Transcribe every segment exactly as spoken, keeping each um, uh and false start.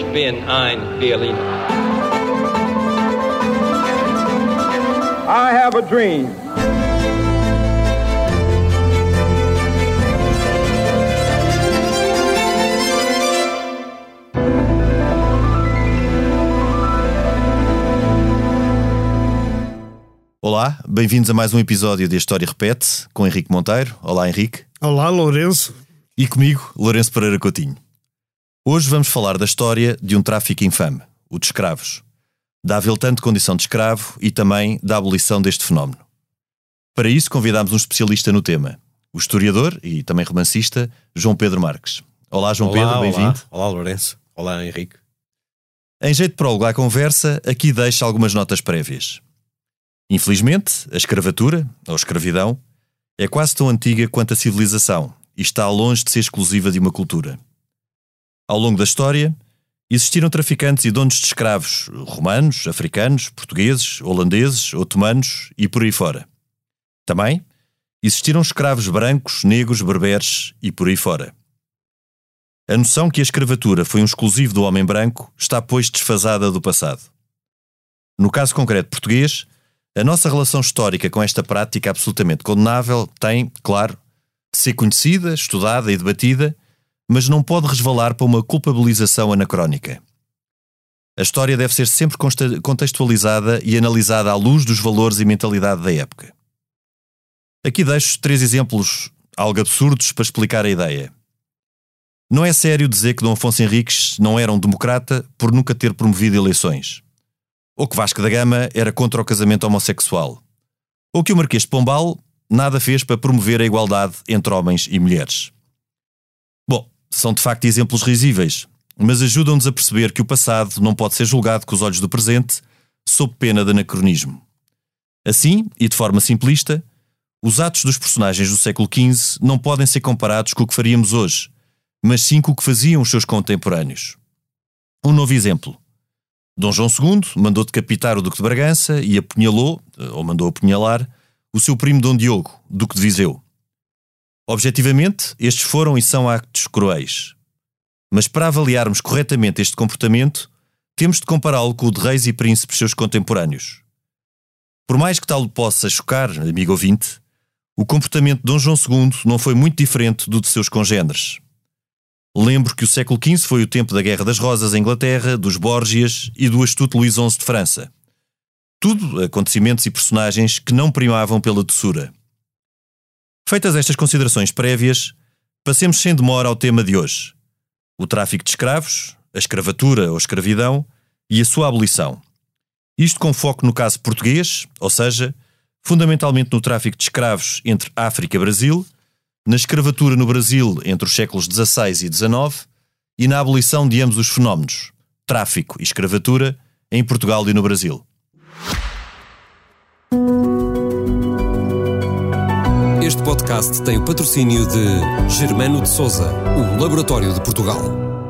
bin ein Berliner. I have a dream. Olá, bem-vindos a mais um episódio de A História Repete, com Henrique Monteiro. Olá, Henrique. Olá, Lourenço. E comigo, Lourenço Pereira Coutinho. Hoje vamos falar da história de um tráfico infame, o de escravos, da aviltante condição de escravo e também da abolição deste fenómeno. Para isso convidámos um especialista no tema, o historiador e também romancista João Pedro Marques. Olá, João olá, Pedro, bem-vindo. Olá, olá, Lourenço. Olá, Henrique. Em jeito de prólogo à conversa, aqui deixo algumas notas prévias. Infelizmente, a escravatura, ou escravidão, é quase tão antiga quanto a civilização e está longe de ser exclusiva de uma cultura. Ao longo da história, existiram traficantes e donos de escravos romanos, africanos, portugueses, holandeses, otomanos e por aí fora. Também existiram escravos brancos, negros, berberes e por aí fora. A noção que a escravatura foi um exclusivo do homem branco está, pois, desfasada do passado. No caso concreto português, a nossa relação histórica com esta prática absolutamente condenável tem, claro, de ser conhecida, estudada e debatida, mas não pode resvalar para uma culpabilização anacrónica. A história deve ser sempre contextualizada e analisada à luz dos valores e mentalidade da época. Aqui deixo três exemplos algo absurdos para explicar a ideia. Não é sério dizer que Dom Afonso Henriques não era um democrata por nunca ter promovido eleições. Ou que Vasco da Gama era contra o casamento homossexual. Ou que o Marquês de Pombal nada fez para promover a igualdade entre homens e mulheres. Bom, são de facto exemplos risíveis, mas ajudam-nos a perceber que o passado não pode ser julgado com os olhos do presente, sob pena de anacronismo. Assim, e de forma simplista, os atos dos personagens do século quinze não podem ser comparados com o que faríamos hoje, mas sim com o que faziam os seus contemporâneos. Um novo exemplo. Dom João segundo mandou decapitar o Duque de Bragança e apunhalou, ou mandou apunhalar, o seu primo Dom Diogo, Duque de Viseu. Objetivamente, estes foram e são actos cruéis. Mas para avaliarmos corretamente este comportamento, temos de compará-lo com o de reis e príncipes seus contemporâneos. Por mais que tal possa chocar, amigo ouvinte, o comportamento de Dom João segundo não foi muito diferente do de seus congêneres. Lembro que o século quinze foi o tempo da Guerra das Rosas em Inglaterra, dos Borgias e do astuto Luís onze de França. Tudo acontecimentos e personagens que não primavam pela doçura. Feitas estas considerações prévias, passemos sem demora ao tema de hoje. O tráfico de escravos, a escravatura ou escravidão e a sua abolição. Isto com foco no caso português, ou seja, fundamentalmente no tráfico de escravos entre África e Brasil, na escravatura no Brasil entre os séculos dezasseis e dezenove e na abolição de ambos os fenómenos, tráfico e escravatura, em Portugal e no Brasil. Este podcast tem o patrocínio de Germano de Sousa, o Laboratório de Portugal.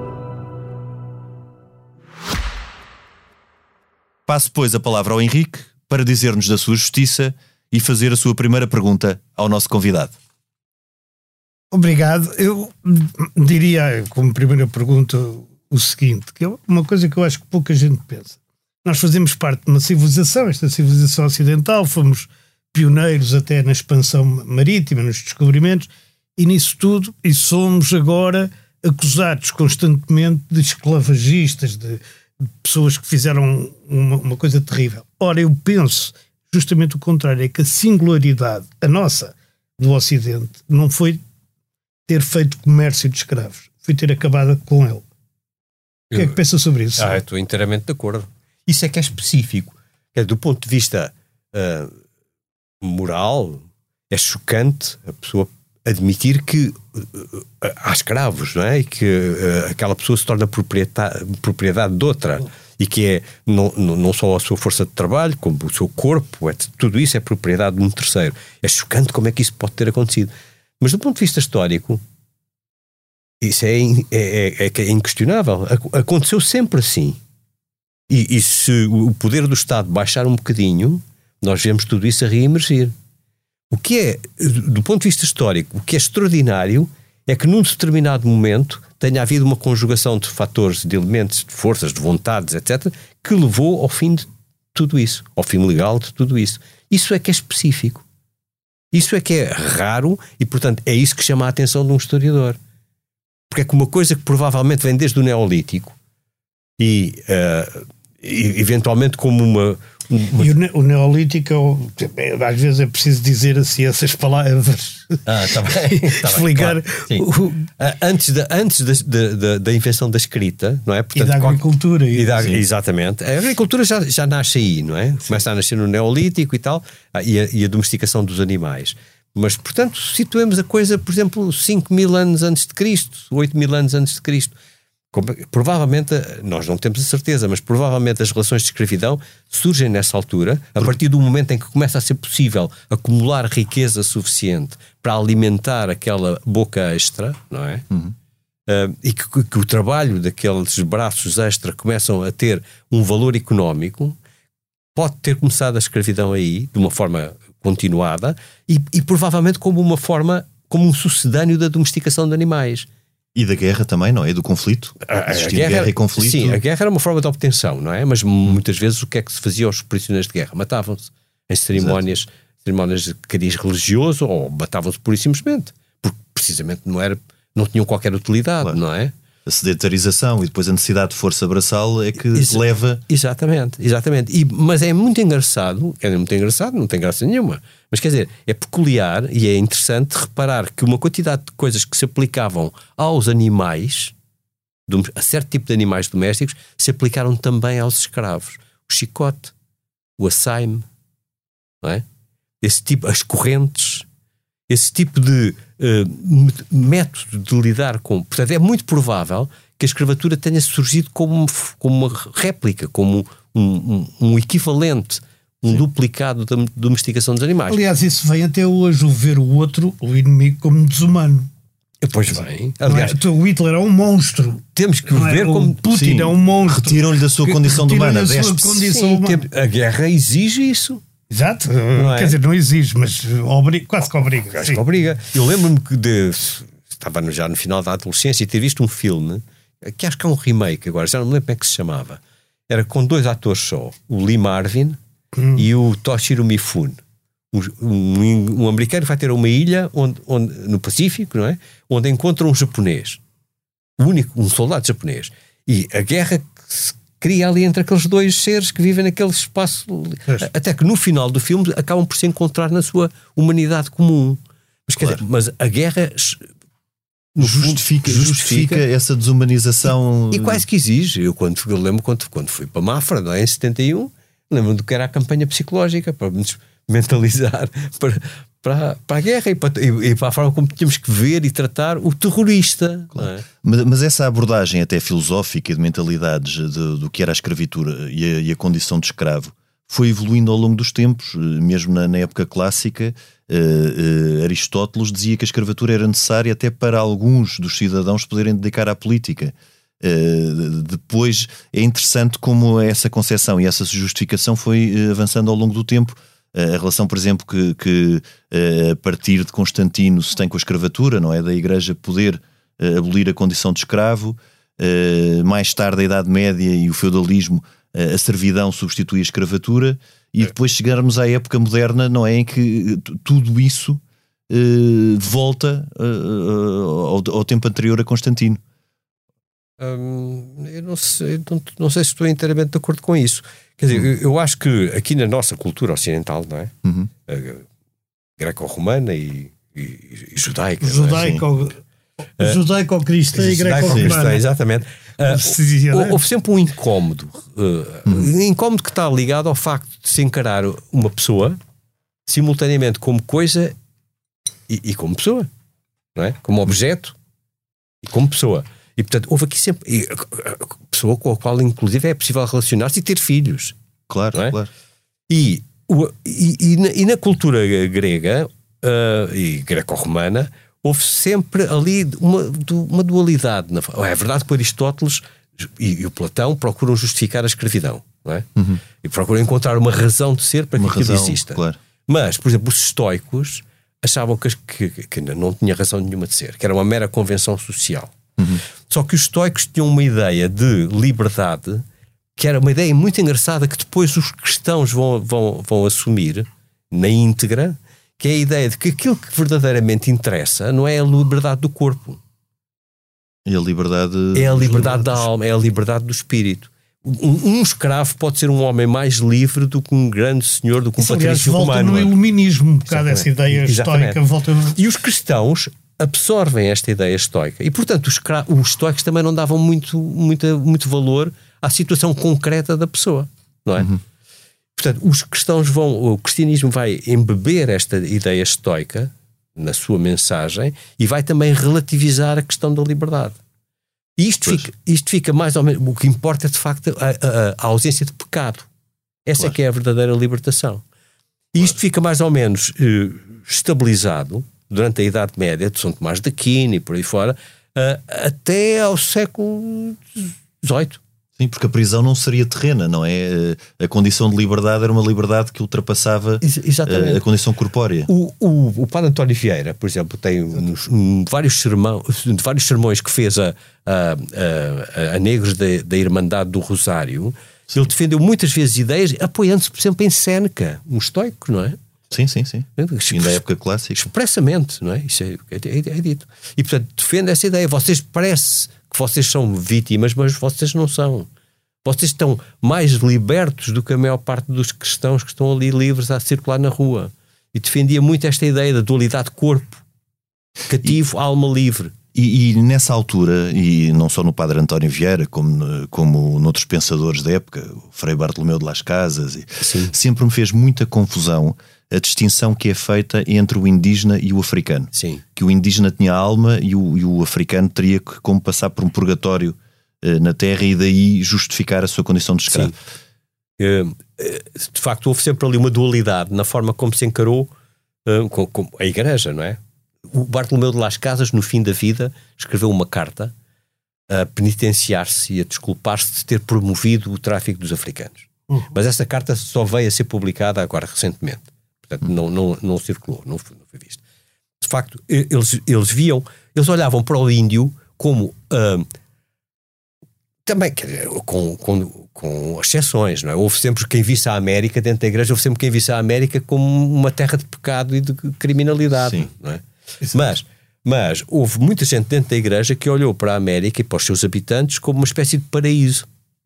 Passo, pois, a palavra ao Henrique para dizer-nos da sua justiça e fazer a sua primeira pergunta ao nosso convidado. Obrigado. Eu diria, como primeira pergunta, o seguinte, que é uma coisa que eu acho que pouca gente pensa. Nós fazemos parte de uma civilização, esta civilização ocidental, fomos pioneiros até na expansão marítima, nos descobrimentos, e nisso tudo, e somos agora acusados constantemente de esclavagistas, de, de pessoas que fizeram uma, uma coisa terrível. Ora, eu penso justamente o contrário, é que a singularidade, a nossa, do Ocidente, não foi ter feito comércio de escravos, foi ter acabado com ele. O que é que pensa sobre isso? Ah, estou inteiramente de acordo. Isso é que é específico. É, do ponto de vista uh, moral, é chocante a pessoa admitir que uh, há escravos, não é? E que uh, aquela pessoa se torna propriedade, propriedade de outra. E que é não, não só a sua força de trabalho, como o seu corpo, é, tudo isso é propriedade de um terceiro. É chocante como é que isso pode ter acontecido. Mas do ponto de vista histórico, isso é, é, é, é inquestionável. Aconteceu sempre assim. E, e se o poder do Estado baixar um bocadinho, nós vemos tudo isso a reemergir. O que é, do ponto de vista histórico, o que é extraordinário é que num determinado momento tenha havido uma conjugação de fatores, de elementos, de forças, de vontades, etcétera, que levou ao fim de tudo isso, ao fim legal de tudo isso. Isso é que é específico. Isso é que é raro e, portanto, é isso que chama a atenção de um historiador. Porque é que uma coisa que provavelmente vem desde o Neolítico e, uh, e eventualmente como uma... uma... E o, ne- o Neolítico, às vezes é preciso dizer assim essas palavras. Ah, está bem. Tá Explicar. bem, claro, o... Antes, da, antes da, da, da invenção da escrita, não é? Portanto, e da agricultura. E da, exatamente. A agricultura já, já nasce aí, não é? Sim. Começa a nascer no Neolítico e tal, e a, e a domesticação dos animais. Mas, portanto, situemos a coisa, por exemplo, cinco mil anos antes de Cristo, oito mil anos antes de Cristo. Provavelmente, nós não temos a certeza, mas provavelmente as relações de escravidão surgem nessa altura, a partir do momento em que começa a ser possível acumular riqueza suficiente para alimentar aquela boca extra, não é? Uhum. Uh, e que, que o trabalho daqueles braços extra começam a ter um valor económico. Pode ter começado a escravidão aí, de uma forma continuada, e, e provavelmente como uma forma, como um sucedâneo da domesticação de animais. E da guerra também, não é? Do conflito. A, a guerra, guerra e conflito. Sim, a guerra era uma forma de obtenção, não é? Mas muitas vezes o que é que se fazia aos prisioneiros de guerra? Matavam-se em cerimónias, cerimónias de cariz religioso, ou matavam-se pura e simplesmente, porque precisamente não, era, não tinham qualquer utilidade, claro. Não é? A sedentarização e depois a necessidade de força braçal é que Ex- leva... Exatamente, exatamente. E, mas é muito engraçado, quer dizer, muito engraçado, não tem graça nenhuma, mas quer dizer, é peculiar e é interessante reparar que uma quantidade de coisas que se aplicavam aos animais, a certo tipo de animais domésticos, se aplicaram também aos escravos. O chicote, o açaime, não é? Esse tipo, as correntes... Esse tipo de uh, método de lidar com... Portanto, é muito provável que a escravatura tenha surgido como, como uma réplica, como um, um, um equivalente, um Sim. duplicado da domesticação dos animais. Aliás, isso vem até hoje, o ver o outro, o inimigo, como desumano. Pois bem. Aliás, é? O Hitler é um monstro. Temos que o ver é? como... O Putin Sim, é um monstro. Retiram-lhe da sua condição de humana. Da sua condição Sim, humana. A guerra exige isso. Exato, não é? Quer dizer, não exige, mas obriga, quase que obriga. Quase que obriga. Eu lembro-me que de, estava já no final da adolescência e ter visto um filme, que acho que é um remake agora, já não me lembro como é que se chamava. Era com dois atores só, o Lee Marvin hum. e o Toshiro Mifune. Um, um, um americano vai ter uma ilha onde, onde, no Pacífico, não é? Onde encontra um japonês, o único, um soldado japonês. E a guerra que se cria ali entre aqueles dois seres que vivem naquele espaço, é. Até que no final do filme acabam por se encontrar na sua humanidade comum. Mas, claro. Quer dizer, mas a guerra justifica, justifica, justifica essa desumanização. E, e quase que exige. Eu, quando, eu lembro quando, quando fui para Mafra, não é? Em setenta e um, lembro do que era a campanha psicológica para nos mentalizar para, para, para a guerra e para, e, e para a forma como tínhamos que ver e tratar o terrorista. Claro. Não é? Mas, mas essa abordagem até filosófica e de mentalidades de, do que era a escravatura e a, e a condição de escravo foi evoluindo ao longo dos tempos. Mesmo na, na época clássica, uh, uh, Aristóteles dizia que a escravatura era necessária até para alguns dos cidadãos poderem dedicar à política. Uh, depois é interessante como essa concepção e essa justificação foi uh, avançando ao longo do tempo. Uh, a relação, por exemplo, que, que uh, a partir de Constantino se tem com a escravatura, não é? Da Igreja poder uh, abolir a condição de escravo. Uh, mais tarde a Idade Média e o feudalismo, uh, a servidão substitui a escravatura, e depois chegarmos à época moderna, não é? Em que tudo isso uh, volta uh, ao, ao tempo anterior a Constantino. Hum, eu não sei, não, não sei se estou inteiramente de acordo com isso. Quer dizer, uhum. eu, eu acho que aqui na nossa cultura ocidental, não é? Uhum. Greco-romana e, e, e judaica. Judaico, é? Judaico-cristã uh, e greco-romana. Exatamente. Uh, houve sempre um incómodo. Uh, uhum. Um incómodo que está ligado ao facto de se encarar uma pessoa simultaneamente como coisa e, e como pessoa, não é? Como objeto e como pessoa. E, portanto, houve aqui sempre... E, a pessoa com a qual, inclusive, é possível relacionar-se e ter filhos. Claro, é? claro. E, o, e, e, na, e na cultura grega uh, e greco-romana houve sempre ali uma, uma dualidade. Na, é verdade que o Aristóteles e, e o Platão procuram justificar a escravidão, não é? Uhum. E procuram encontrar uma razão de ser para uma que razão, aquilo exista. Claro. Mas, por exemplo, os estoicos achavam que, que, que não tinha razão nenhuma de ser, que era uma mera convenção social. Uhum. Só que os estoicos tinham uma ideia de liberdade, que era uma ideia muito engraçada, que depois os cristãos vão, vão, vão assumir na íntegra, que é a ideia de que aquilo que verdadeiramente interessa não é a liberdade do corpo. E a liberdade... É a liberdade da alma, é a liberdade do espírito. Um, um escravo pode ser um homem mais livre do que um grande senhor, do que um Isso, aliás, patrício volta romano. no iluminismo, um bocado essa ideia Exatamente. estoica. Volta... E os cristãos absorvem esta ideia estoica. E, portanto, os, os estoicos também não davam muito, muito, muito valor à situação concreta da pessoa, não é? Uhum. Portanto, os cristãos vão, o cristianismo vai embeber esta ideia estoica na sua mensagem e vai também relativizar a questão da liberdade. E isto fica, isto fica mais ou menos... O que importa é, de facto, a, a, a ausência de pecado. Essa claro. é que é a verdadeira libertação. E isto claro. fica mais ou menos eh, estabilizado durante a Idade Média, de São Tomás de Aquino e por aí fora, uh, até ao século dezoito. Sim, porque a prisão não seria terrena, não é? A condição de liberdade era uma liberdade que ultrapassava a, a condição corpórea. O, o, o padre António Vieira, por exemplo, tem uns, um, vários, sermão, vários sermões que fez a, a, a, a negros da, da Irmandade do Rosário. Sim. Ele defendeu muitas vezes ideias, apoiando-se, por exemplo, em Sêneca, um estoico, não é? Sim, sim, sim. Ainda é época clássica. Expressamente, não é? Isso é, é, é, é dito. E, portanto, defende essa ideia. Vocês parece que vocês são vítimas, mas vocês não são. Vocês estão mais libertos do que a maior parte dos cristãos que estão ali livres a circular na rua. E defendia muito esta ideia da dualidade corpo, cativo, e, alma livre. E, e nessa altura, e não só no padre António Vieira, como, como noutros pensadores da época, o Frei Bartolomeu de Las Casas, e, sempre me fez muita confusão a distinção que é feita entre o indígena e o africano. Sim. Que o indígena tinha alma e o, e o africano teria que como passar por um purgatório uh, na terra e daí justificar a sua condição de escravo. Uh, de facto, houve sempre ali uma dualidade na forma como se encarou uh, com, com a Igreja, não é? O Bartolomeu de Las Casas, no fim da vida, escreveu uma carta a penitenciar-se e a desculpar-se de ter promovido o tráfico dos africanos. Uhum. Mas essa carta só veio a ser publicada agora recentemente. Portanto, não, não, não circulou, não foi, não foi visto. De facto, eles, eles viam, eles olhavam para o índio como uh, também com, com, com exceções, não é? Houve sempre quem visse a América dentro da Igreja, houve sempre quem visse a América como uma terra de pecado e de criminalidade. Sim. Não é? Mas, mas houve muita gente dentro da Igreja que olhou para a América e para os seus habitantes como uma espécie de paraíso,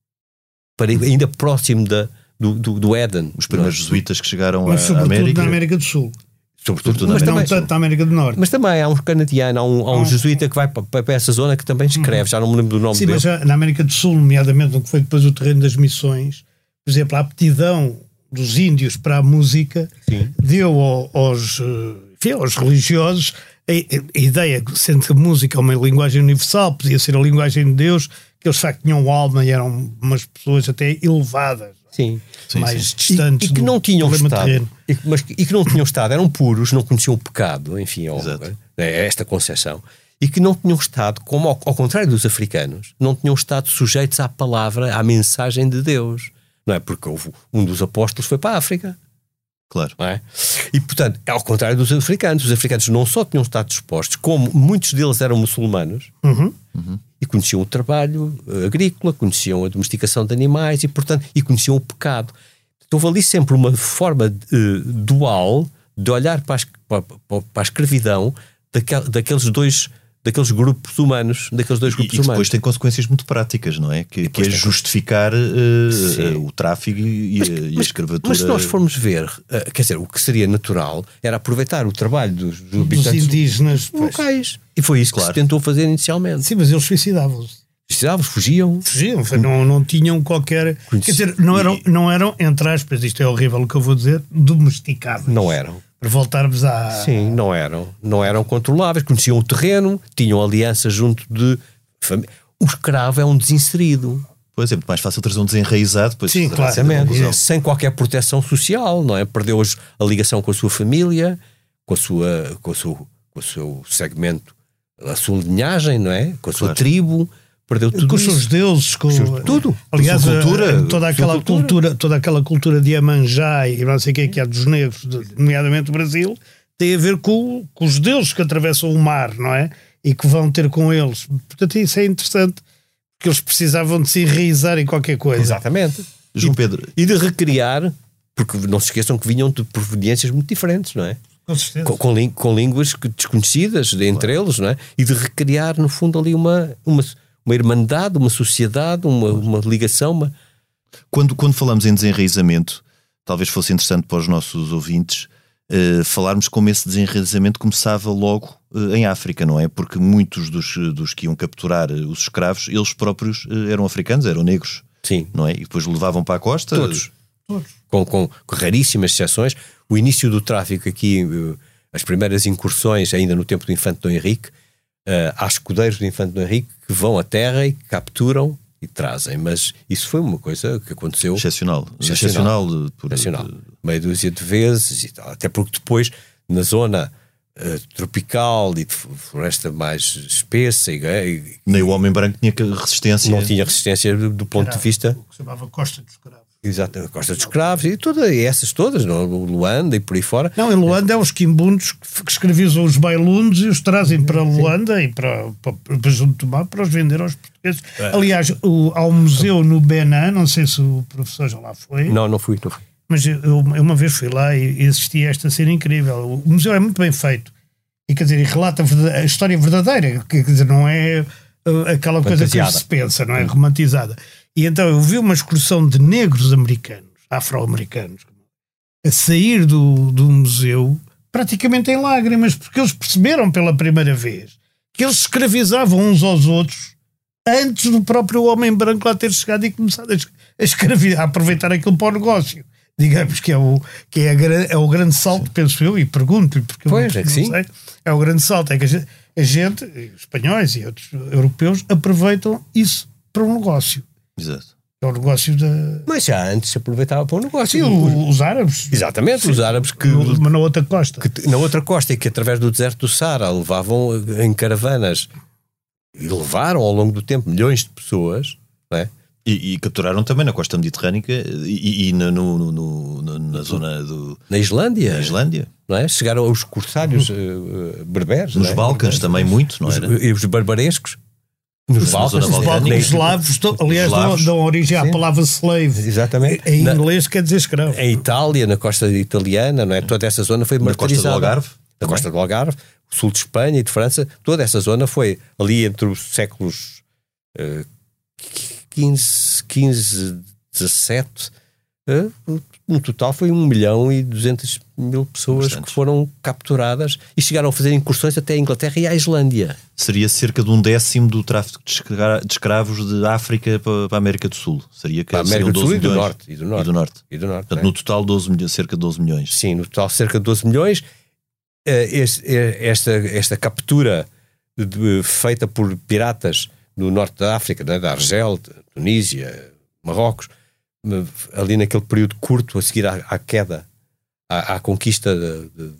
paraíso ainda próximo da Do, do, do Éden. Os primeiros não? jesuítas que chegaram mas, à América. da América do Sul. Sobretudo mas da não tanto da América do Norte. Mas também há um canadiano, há um, há um ah, jesuíta que vai para, para essa zona que também escreve, já não me lembro do nome sim, dele. Sim, mas já, na América do Sul, nomeadamente no que foi depois o terreno das missões, por exemplo, a aptidão dos índios para a música sim. deu ao, aos, enfim, aos religiosos a, a ideia, sendo que a música é uma linguagem universal, podia ser a linguagem de Deus, que eles de facto tinham alma e eram umas pessoas até elevadas. Sim, mais sim, distantes e, e que não tinham estado e, mas, e que não tinham estado, eram puros, não conheciam o pecado, enfim, ou, é, esta concepção, e que não tinham estado, como ao, ao contrário dos africanos, não tinham estado sujeitos à palavra, à mensagem de Deus, não é? Porque houve, um dos apóstolos foi para a África, claro, não é? E portanto, ao contrário dos africanos, os africanos não só tinham estado dispostos, como muitos deles eram muçulmanos. Uhum. Uhum. E conheciam o trabalho agrícola, conheciam a domesticação de animais e, portanto, e conheciam o pecado. Então, houve ali sempre uma forma uh, dual de olhar para a, para, para a escravidão daquel, daqueles dois daqueles grupos humanos, daqueles dois grupos e, e humanos. E depois tem consequências muito práticas, não é? Que, que é justificar uh, uh, o tráfico e, mas, e mas, a escravatura. Mas se nós formos ver, uh, quer dizer, o que seria natural era aproveitar o trabalho dos, dos, dos habitantes indígenas locais. E foi isso claro. que se tentou fazer inicialmente. Sim, mas eles suicidavam-se. Suicidavam-se, fugiam. Fugiam, não, não tinham qualquer... Quer dizer, não eram, não eram, entre aspas, isto é horrível o que eu vou dizer, domesticados. Não eram. Para voltarmos à... Sim, não eram. Não eram controláveis, conheciam o terreno, tinham aliança junto de... Fam... O escravo é um desinserido. Pois é, muito mais fácil trazer um desenraizado. Depois sim, claramente. Sem qualquer proteção social, não é? Perdeu a ligação com a sua família, com, a sua, com, a sua, com o seu segmento, a sua linhagem, não é? Com a sua claro. tribo... Perdeu tudo com os isso. seus deuses, com tudo. Aliás, a cultura, toda aquela cultura. cultura, toda aquela cultura de Iemanjá e não sei o que é que há dos negros, nomeadamente o Brasil, tem a ver com, com os deuses que atravessam o mar, não é? E que vão ter com eles. Portanto, isso é interessante, porque eles precisavam de se enraizar em qualquer coisa. Exatamente. João Pedro. E de recriar, porque não se esqueçam que vinham de proveniências muito diferentes, não é? Com certeza. Com, com, com línguas desconhecidas entre eles, não é? E de recriar, no fundo, ali uma, uma, uma irmandade, uma sociedade, uma, uma ligação. Uma... Quando, quando falamos em desenraizamento, talvez fosse interessante para os nossos ouvintes uh, falarmos como esse desenraizamento começava logo uh, em África, não é? Porque muitos dos, dos que iam capturar uh, os escravos, eles próprios uh, eram africanos, eram negros. Sim. Não é? E depois levavam para a costa. Todos. Todos. Com, com, com raríssimas exceções. O início do tráfico aqui, uh, as primeiras incursões, ainda no tempo do Infante Dom Henrique, uh, há escudeiros do Infante Dom Henrique que vão à terra e capturam e trazem. Mas isso foi uma coisa que aconteceu... Excepcional. Excepcional. Excepcional. Por, Excepcional. Meia dúzia de vezes e tal. Até porque depois, na zona... Uh, tropical e de floresta mais espessa e, e, nem o homem branco tinha resistência, não tinha resistência do, do ponto Era de vista o que se chamava Costa dos Escravos. Exato, a Costa dos Escravos e todas essas todas, não? Luanda e por aí fora. Não, em Luanda é os quimbundos que, que escravizam os bailundos e os trazem para Luanda e para, para, para junto do mar para os vender aos portugueses. É. Aliás, o, há um museu no Benin, não sei se o professor já lá foi. Não, não fui, não fui. Mas eu, eu uma vez fui lá e assisti a esta cena incrível. O museu é muito bem feito. E quer dizer, e relata a história verdadeira. Quer dizer, não é uh, aquela coisa que se pensa, não é? Romantizada. E então eu vi uma excursão de negros americanos, afro-americanos, a sair do, do museu praticamente em lágrimas, porque eles perceberam pela primeira vez que eles escravizavam uns aos outros antes do próprio homem branco lá ter chegado e começado a, a escravizar, a aproveitar aquilo para o negócio. Digamos que é o, que é, a, é o grande salto, penso eu, e pergunto-lhe, porque pois, eu é que sim. sei, é o grande salto, é que a gente, a gente, os espanhóis e outros europeus, aproveitam isso para um negócio. Exato. É o negócio da... Mas já antes se aproveitava para um negócio. Sim, o, os árabes. Exatamente, sim, os árabes que... No, mas na outra costa. Que, na outra costa, e que através do deserto do Saara levavam em caravanas, e levaram ao longo do tempo milhões de pessoas, não é? E, e capturaram também na costa mediterrânica e, e na, no, no, no, na zona do... Na Islândia. Na Islândia. Não é? Chegaram aos corsários uh, berberes. Nos é? Balcãs também muito, não os, era? E os barbarescos. Nos Balcãs. Os Balcãs eslavos, aliás, dão, dão origem à Sim. palavra slave. Exatamente. Em na, inglês quer dizer escravo. Em Itália, na costa italiana, não é? Toda essa zona foi martirizada. Na costa do Algarve. Na costa do Algarve, sul de Espanha e de França. Toda essa zona foi ali entre os séculos... Uh, quinze, quinze, dezassete, no total foi um milhão e duzentas mil pessoas Bastante. Que foram capturadas e chegaram a fazer incursões até a Inglaterra e à Islândia. Seria cerca de um décimo do tráfico de escravos de África para a América do Sul. Seria que para a América do Sul e do, norte, e do Norte. E do Norte. E do norte Portanto, é. No total, doze milhões, cerca de doze milhões. Sim, no total cerca de doze milhões. Este, esta, esta captura de, feita por piratas no norte da África, né, da Argel, Tunísia, Marrocos, ali naquele período curto a seguir à, à queda, à, à conquista de, de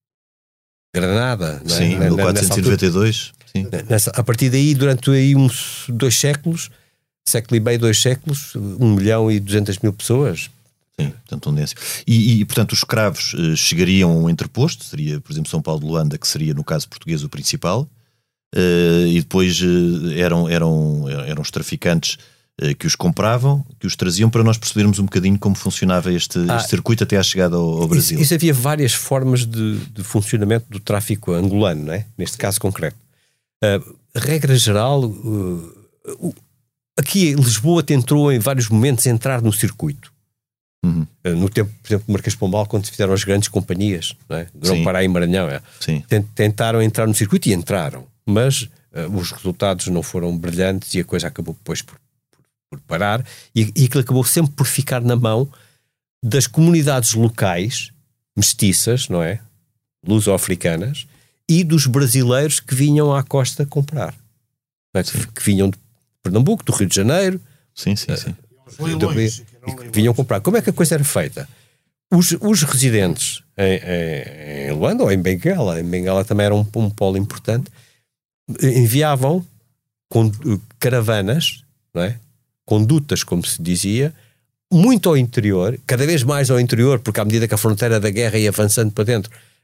Granada. Sim, em né, mil quatrocentos e noventa e dois. Sim. Nessa, a partir daí, durante aí uns dois séculos, século e meio, dois séculos, um milhão e duzentas mil pessoas. Sim, portanto, um décimo. E, e, portanto, os escravos eh, chegariam a um entreposto, seria, por exemplo, São Paulo de Luanda, que seria, no caso português, o principal. Uh, e depois uh, eram, eram, eram os traficantes uh, que os compravam, que os traziam, para nós percebermos um bocadinho como funcionava este, ah, este circuito até à chegada ao, ao Brasil. Isso, isso havia várias formas de, de funcionamento do tráfico angolano, não é? Neste caso concreto. Uh, regra geral, uh, uh, aqui Lisboa tentou em vários momentos entrar no circuito. Uhum. Uh, no tempo, por exemplo, do Marquês de Pombal, quando se fizeram as grandes companhias, não é? Grão-Pará e Maranhão, é? Sim. Tentaram entrar no circuito e entraram. Mas uh, os resultados não foram brilhantes e a coisa acabou depois por, por, por parar e, e aquilo acabou sempre por ficar na mão das comunidades locais, mestiças, não é? Luso-africanas, e dos brasileiros que vinham à costa comprar. Não é? que, que vinham de Pernambuco, do Rio de Janeiro. Sim, sim, sim. Uh, do, e que vinham comprar. Como é que a coisa era feita? Os, os residentes em, em, em Luanda ou em Bengala, em Bengala também era um, um polo importante, enviavam com caravanas, não é? Condutas, como se dizia, muito ao interior, cada vez mais ao interior, porque à medida que a fronteira da guerra ia avançando para dentro,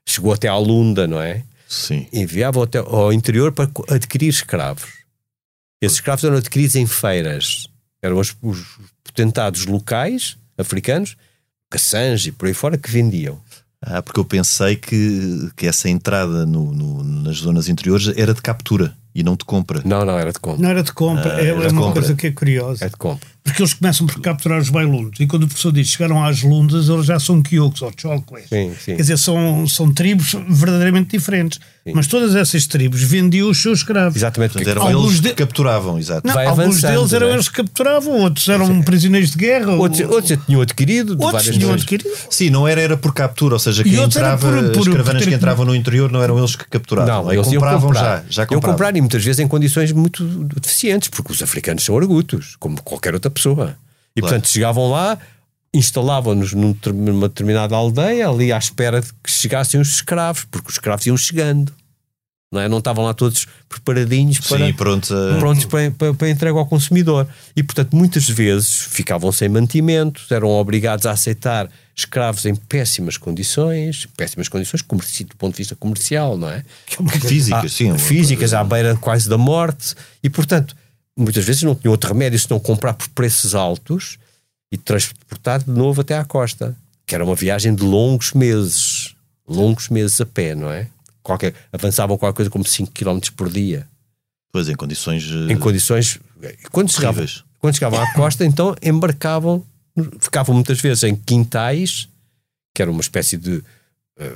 chegou até à Lunda, não é? Sim. Enviavam até ao interior para adquirir escravos. Esses escravos eram adquiridos em feiras. Eram os, os potentados locais, africanos, Cassange e por aí fora, que vendiam. Ah, porque eu pensei que, que essa entrada no, no, nas zonas interiores era de captura e não de compra. Não, não, era de compra. Não era de compra, Ah, é, era é de uma compra. coisa que é curiosa. É de compra. Porque eles começam por capturar os bailundos e quando o professor diz chegaram às lundas, eles já são quiocos ou chocles. Sim, sim. Quer dizer, são, são tribos verdadeiramente diferentes. Sim. Mas todas essas tribos vendiam os seus escravos. Exatamente. Portanto, Porque eram Alguns eles de- que capturavam, exato. Não, vai alguns avançando, deles eram não é? eles que capturavam, outros eram prisioneiros de guerra. outros, outros já tinham adquirido de outros várias tinham vezes. adquirido. Sim, não era, era por captura, ou seja, E quem outros era entrava, por- por- as caravanas por ter- que entravam no interior não eram eles que capturavam. Não, Aí eles iam compravam comprar. já, já Iam compravam. comprar e muitas vezes em condições muito deficientes, porque os africanos são argutos, como qualquer outra pessoa. E Claro. portanto chegavam lá, instalavam-nos num ter- numa determinada aldeia, ali à espera de que chegassem os escravos, porque os escravos iam chegando. Não é? Não estavam lá todos preparadinhos para, Sim, pronto. a- prontos para, para, para entrega ao consumidor. E, portanto, muitas vezes ficavam sem mantimentos, eram obrigados a aceitar escravos em péssimas condições, péssimas condições comerci- do ponto de vista comercial, não é? Físicas, Ah, sim. uma Físicas, coisa- à beira quase da morte. E, portanto, muitas vezes não tinham outro remédio senão comprar por preços altos e transportar de novo até à costa. Que era uma viagem de longos meses. Longos meses a pé, não é? Qualquer, avançavam qualquer coisa como cinco quilómetros por dia. Pois, em condições eh, Em condições... Quando chegavam, terríveis. quando chegavam à costa, então embarcavam, ficavam muitas vezes em quintais, que era uma espécie de eh,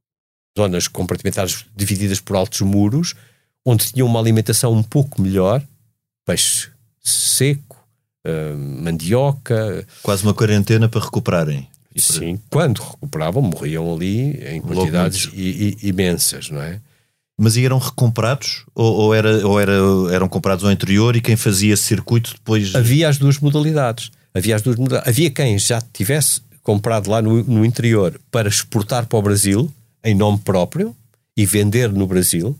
zonas compartimentadas, divididas por altos muros, onde tinham uma alimentação um pouco melhor, peixe seco, eh, mandioca. Quase uma quarentena para recuperarem. Sim, quando recuperavam, morriam ali em Logo quantidades muitos. i- i- imensas, não é? Mas e eram recomprados? Ou, ou, era, ou era, eram comprados ao interior e quem fazia esse circuito depois... Havia as duas modalidades. Havia as duas modalidades. Havia quem já tivesse comprado lá no, no interior para exportar para o Brasil, em nome próprio, e vender no Brasil,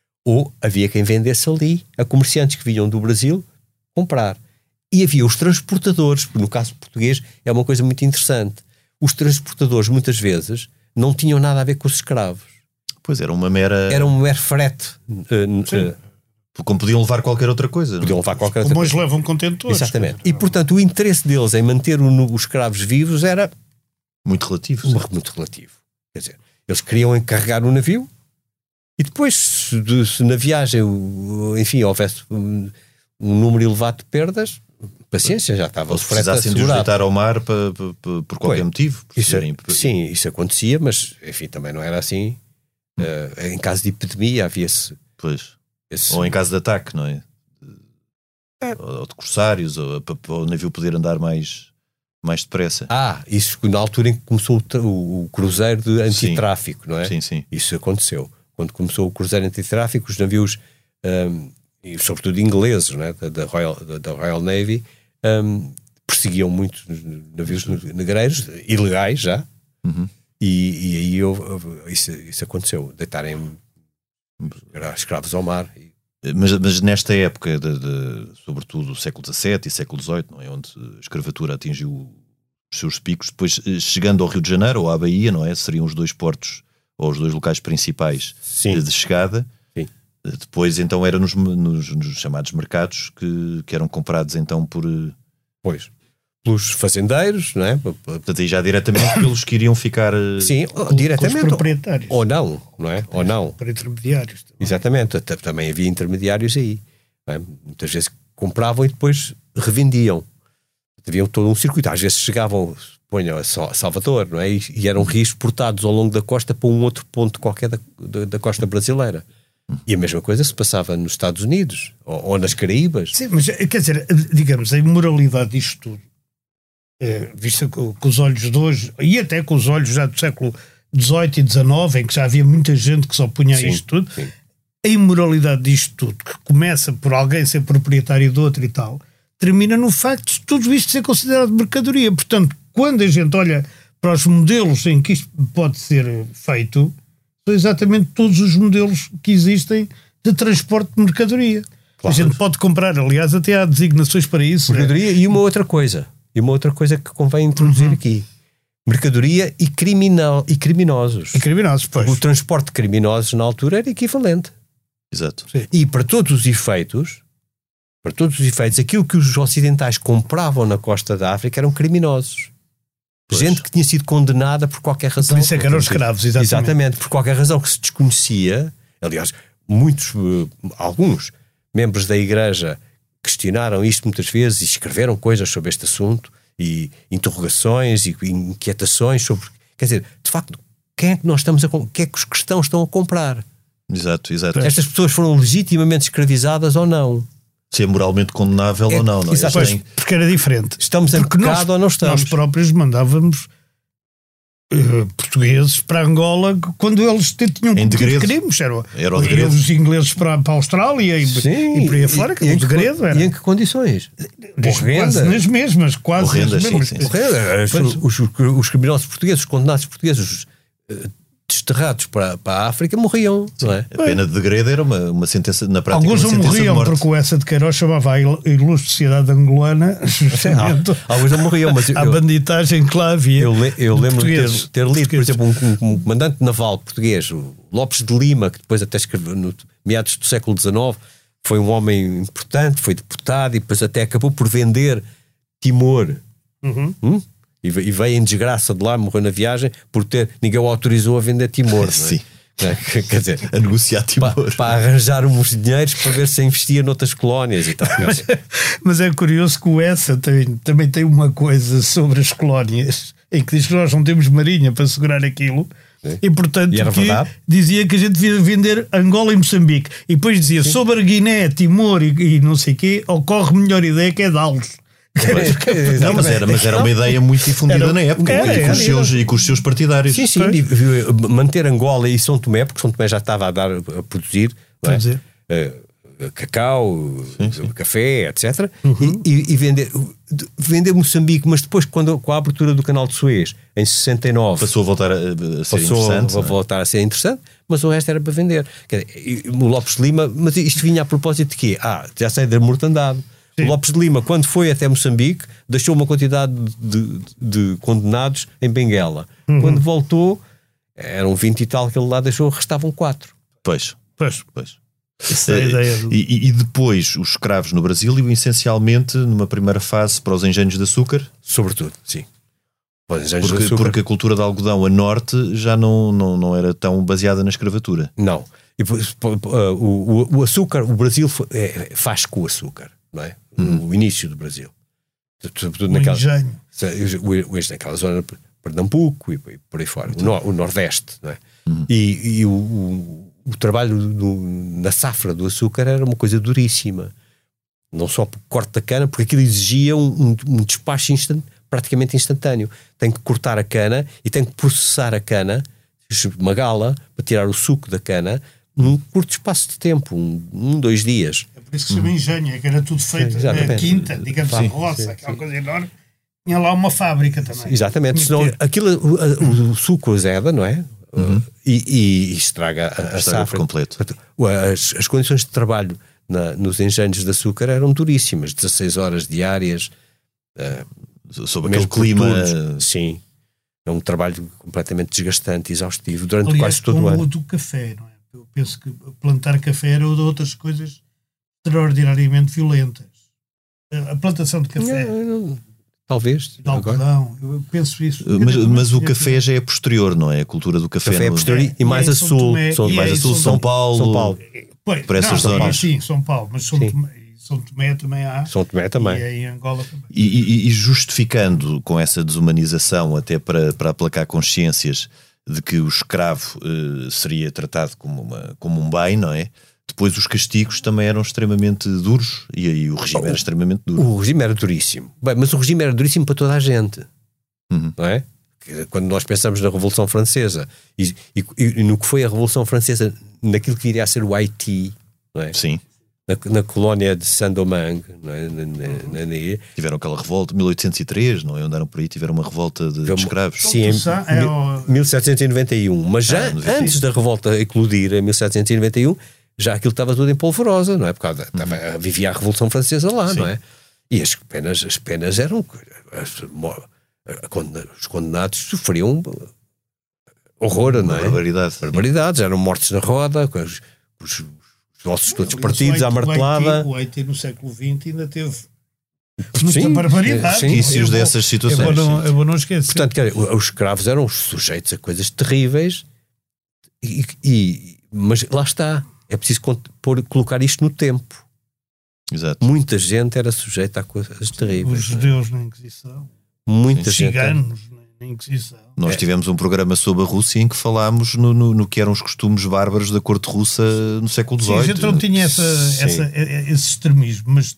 ou havia quem vendesse ali a comerciantes que vinham do Brasil comprar. E havia os transportadores, no caso português é uma coisa muito interessante. Os transportadores muitas vezes não tinham nada a ver com os escravos. Pois, era uma mera... Era um mero frete. Uh, uh, Como podiam levar qualquer outra coisa. não? podiam levar qualquer outra Como hoje coisa. levam contentores. Exatamente. E portanto o interesse deles em manter o- os escravos vivos era Muito relativo. sim. muito relativo. Quer dizer, eles queriam encarregar o navio e depois, se, de- se na viagem, o- enfim, houvesse um, um número elevado de perdas, paciência, já estava Ou o se frete precisassem de os assegurado. deitar ao mar para, para- para- por qualquer Pois. motivo. Por Isso, serem- sim, isso acontecia, mas enfim, também não era assim. Uh, em caso de epidemia havia-se Pois. esse... Ou em caso de ataque, não é? É. Ou de corsários, ou para, para o navio poder andar mais, mais depressa. Ah, isso na altura em que começou o, tra- o- o cruzeiro de antitráfico, não é? Sim, sim. Isso aconteceu. Quando começou o cruzeiro antitráfico, os navios, um, e sobretudo ingleses, não é? da, da, Royal, da, da Royal Navy, um, perseguiam muito navios negreiros, ilegais já, Uhum. e, e aí houve- houve- isso, isso aconteceu, deitarem escravos ao mar. E, Mas, mas nesta época, de, de, sobretudo o século dezassete e século dezoito, não é? Onde a escravatura atingiu os seus picos, depois eh, chegando ao Rio de Janeiro ou à Bahia, não é? Seriam os dois portos ou os dois locais principais sim, de, de chegada. Sim. Eh, Depois então era nos, nos, nos chamados mercados que, que eram comprados então por... eh, pois. Pelos fazendeiros, não é? Portanto aí já diretamente pelos que iriam ficar... eh, Sim, Com- com os diretamente. proprietários. Ou não, não é? Ou não. Para intermediários. Exatamente, até- também havia intermediários aí. Não é? Muitas vezes compravam e depois revendiam. Havia todo um circuito. Às vezes chegavam, ponham a Sa- Salvador, não é? E, e eram reexportados ao longo da costa para um outro ponto qualquer da, da, da costa brasileira. E a mesma coisa se passava nos Estados Unidos ou, ou nas Caraíbas. Sim, mas quer dizer, digamos, a imoralidade disto tudo, é, vista com, com os olhos de hoje, e até com os olhos já do século dezoito e dezenove, em que já havia muita gente que se opunha a Sim, isto tudo, sim. a imoralidade disto tudo, que começa por alguém ser proprietário de outro e tal, termina no facto de tudo isto ser considerado mercadoria. Portanto, quando a gente olha para os modelos em que isto pode ser feito, são exatamente todos os modelos que existem de transporte de mercadoria. Claro. A gente pode comprar, aliás, até há designações para isso. Mercadoria e uma outra coisa. E uma outra coisa que convém introduzir Uhum. aqui. mercadoria e, criminal, e criminosos. E criminosos, pois. O transporte de criminosos na altura era equivalente. Exato. Sim. E para todos os efeitos, para todos os efeitos, aquilo que os ocidentais compravam na costa da África eram criminosos. Pois. Gente que tinha sido condenada por qualquer razão. Por isso é que eram escravos, exatamente. Exatamente, por qualquer razão que se desconhecia. Aliás, muitos, alguns membros da Igreja questionaram isto muitas vezes e escreveram coisas sobre este assunto e interrogações e inquietações sobre... Quer dizer, de facto, quem é que nós estamos a... quem é que os cristãos estão a comprar? Exato, exato. Estas pessoas foram legitimamente escravizadas ou não? Se é moralmente condenável É, ou não, não é? exato. Pois, Tem- porque era diferente. Estamos em Porque pecado nós, ou não estamos? nós próprios mandávamos eh, portugueses para Angola quando eles t- tinham Em cometido degredo. crimes. Era, Era o degredo. os ingleses para, para a Austrália e, Sim, e por aí afora, que e, o em que, degredo era. e em que condições? Quase Horrenda. nas mesmas, quase Horrendas, nas mesmas. sim, sim, sim. Horrenda. Os, Pois. os, os criminosos portugueses, os condenados portugueses, os, eh, desterrados para, para a África, morriam, não é? A pena de degredo era uma, uma sentença, na prática, Alguns uma não sentença de morriam morte. porque o Essa de Queiroz chamava a il- Ilustre Sociedade Angolana justamente Ah, alguns não morriam, mas eu, a banditagem que lá havia. eu, le- eu de lembro de portugueses. ter, ter lido, por Portugueses. exemplo, um, um- um comandante naval português, o Lopes de Lima, que depois até escreveu no meados do século dezenove, foi um homem importante, foi deputado e depois até acabou por vender Timor. Uhum. Hum? E ve- e veio em desgraça de lá, morreu na viagem por ter, ninguém o autorizou a vender Timor. não é? Sim. Não é? Quer dizer, A negociar Timor. para, para arranjar uns dinheiros para ver se investia noutras colónias e tal. Mas, mas é curioso que o Essa tem, também tem uma coisa sobre as colónias em que diz que nós não temos marinha para segurar aquilo. Sim. E portanto E era que verdade. dizia que a gente devia vender Angola e Moçambique. E depois dizia sobre a Guiné, Timor e, e não sei o quê, ocorre melhor ideia que é dá-los. Não, mas era, mas era uma ideia muito difundida Era- na época era, e, com os era. seus, e com os seus partidários. Sim, sim, Pois. e, viu, manter Angola e São Tomé, porque São Tomé já estava a dar a produzir, não é? Quer dizer. Eh, cacau, café, etcétera. Uhum. E, e vender, vender Moçambique, mas depois, quando, com a abertura do canal de Suez, em sessenta e nove, Passou a voltar a, a ser passou interessante. a não é? voltar a ser interessante, mas o resto era para vender. Quer dizer, e o Lopes de Lima, mas isto vinha a propósito de quê? Ah, já sei da mortandade. O Lopes de Lima, quando foi até Moçambique, deixou uma quantidade de, de condenados em Benguela. Uhum. Quando voltou, eram vinte e tal que ele lá deixou, restavam quatro. Pois, Pois, pois. essa é a ideia do... E, e- e depois os escravos no Brasil iam essencialmente, numa primeira fase, para os engenhos de açúcar, Sobretudo, sim. Pois, engenhos de porque, açúcar- porque a cultura de algodão a norte já não, não, não era tão baseada na escravatura. Não. E, depois, pô, pô, uh, o, o, o açúcar, o Brasil foi- é, faz com o açúcar, não é? Hum. O início do Brasil. Sobretudo um naquela, engenho. o- hoje naquela zona de Pernambuco e por aí fora, o, nor- o Nordeste, não é? Hum. E, e o, o, o trabalho do- na safra do açúcar era uma coisa duríssima. Não só por corte da cana, porque aquilo exigia um, um, um despacho instant, praticamente instantâneo. Tem que cortar a cana e tem que processar a cana, esmagá-la, para tirar o suco da cana, num curto espaço de tempo, um, um dois dias. É por isso que se chama engenho, é que era tudo feito Sim, na exatamente. quinta, digamos, Sim, a roça, sim, aquela sim. coisa enorme. Tinha lá uma fábrica também. Exatamente, Tinha senão que ter. aquilo, o, o, o suco azeda, não é? Uh, e, e estraga a, a Estraga por safra. completo. Portanto, As, as condições de trabalho na, nos engenhos de açúcar eram duríssimas, dezasseis horas diárias, Sob aquele mesmo por clima. turnos. Sim, é um trabalho completamente desgastante e exaustivo durante Aliás, quase todo o como ano. o do café, não é? Eu penso que plantar café era de outras coisas extraordinariamente violentas. A plantação de café, Não, não, talvez. de Agora. algodão, eu penso isso. Mas, mas o café já é posterior, não é? A cultura do café. Café é no- posterior e- e E mais em a São sul. Tomé- São- e mais em a sul, São Paulo. São Paulo. Pois, por essas não, zonas. Sim, São Paulo, mas São Sim. Tomé, São Tomé também há. São Tomé também. E em Angola também. E, e- e justificando com essa desumanização, até para, para aplacar consciências de que o escravo eh, seria tratado como, uma, como um bem, não é? Depois os castigos também eram extremamente duros e aí o regime era extremamente duro. O regime era duríssimo. Bem, mas o regime era duríssimo para toda a gente. Uhum. Não é? Quando nós pensamos na Revolução Francesa e, e- e no que foi a Revolução Francesa, naquilo que viria a ser o Haiti, não é? Sim, na, na colónia de Saint-Domingue, não é? na, na, na, na ilha. tiveram aquela revolta, mil oitocentos e três, não é? Andaram por aí, tiveram uma revolta de, de escravos. Sim, em Toussaint é mil- o- mil setecentos e noventa e um. Mas já Ah, noventa e um. antes da revolta eclodir, em mil setecentos e noventa e um, já aquilo estava tudo em polvorosa, não é? Por causa, estava- vivia a Revolução Francesa lá, Sim. não é? E as penas, as penas eram as, mo- os condenados sofriam horror, não é? Barbaridade. Barbaridades, eram mortos na roda, com os, os, os ossos todos partidos à martelada. O Haiti no século vinte ainda teve muita Sim, barbaridade. sim, Indícios é dessas situações. É bom não, é bom não esquecer. Portanto, quer dizer, os escravos eram sujeitos a coisas terríveis, e, e, mas lá está, é preciso pôr, colocar isto no tempo. Exato. Muita gente era sujeita a coisas terríveis. Os judeus na Inquisição, Muita os gente. ciganos na Inquisição. Nós É. tivemos um programa sobre a Rússia em que falámos no, no, no que eram os costumes bárbaros da corte russa no século Sim, a dezoito. gente não tinha essa, Sim. essa, esse extremismo, mas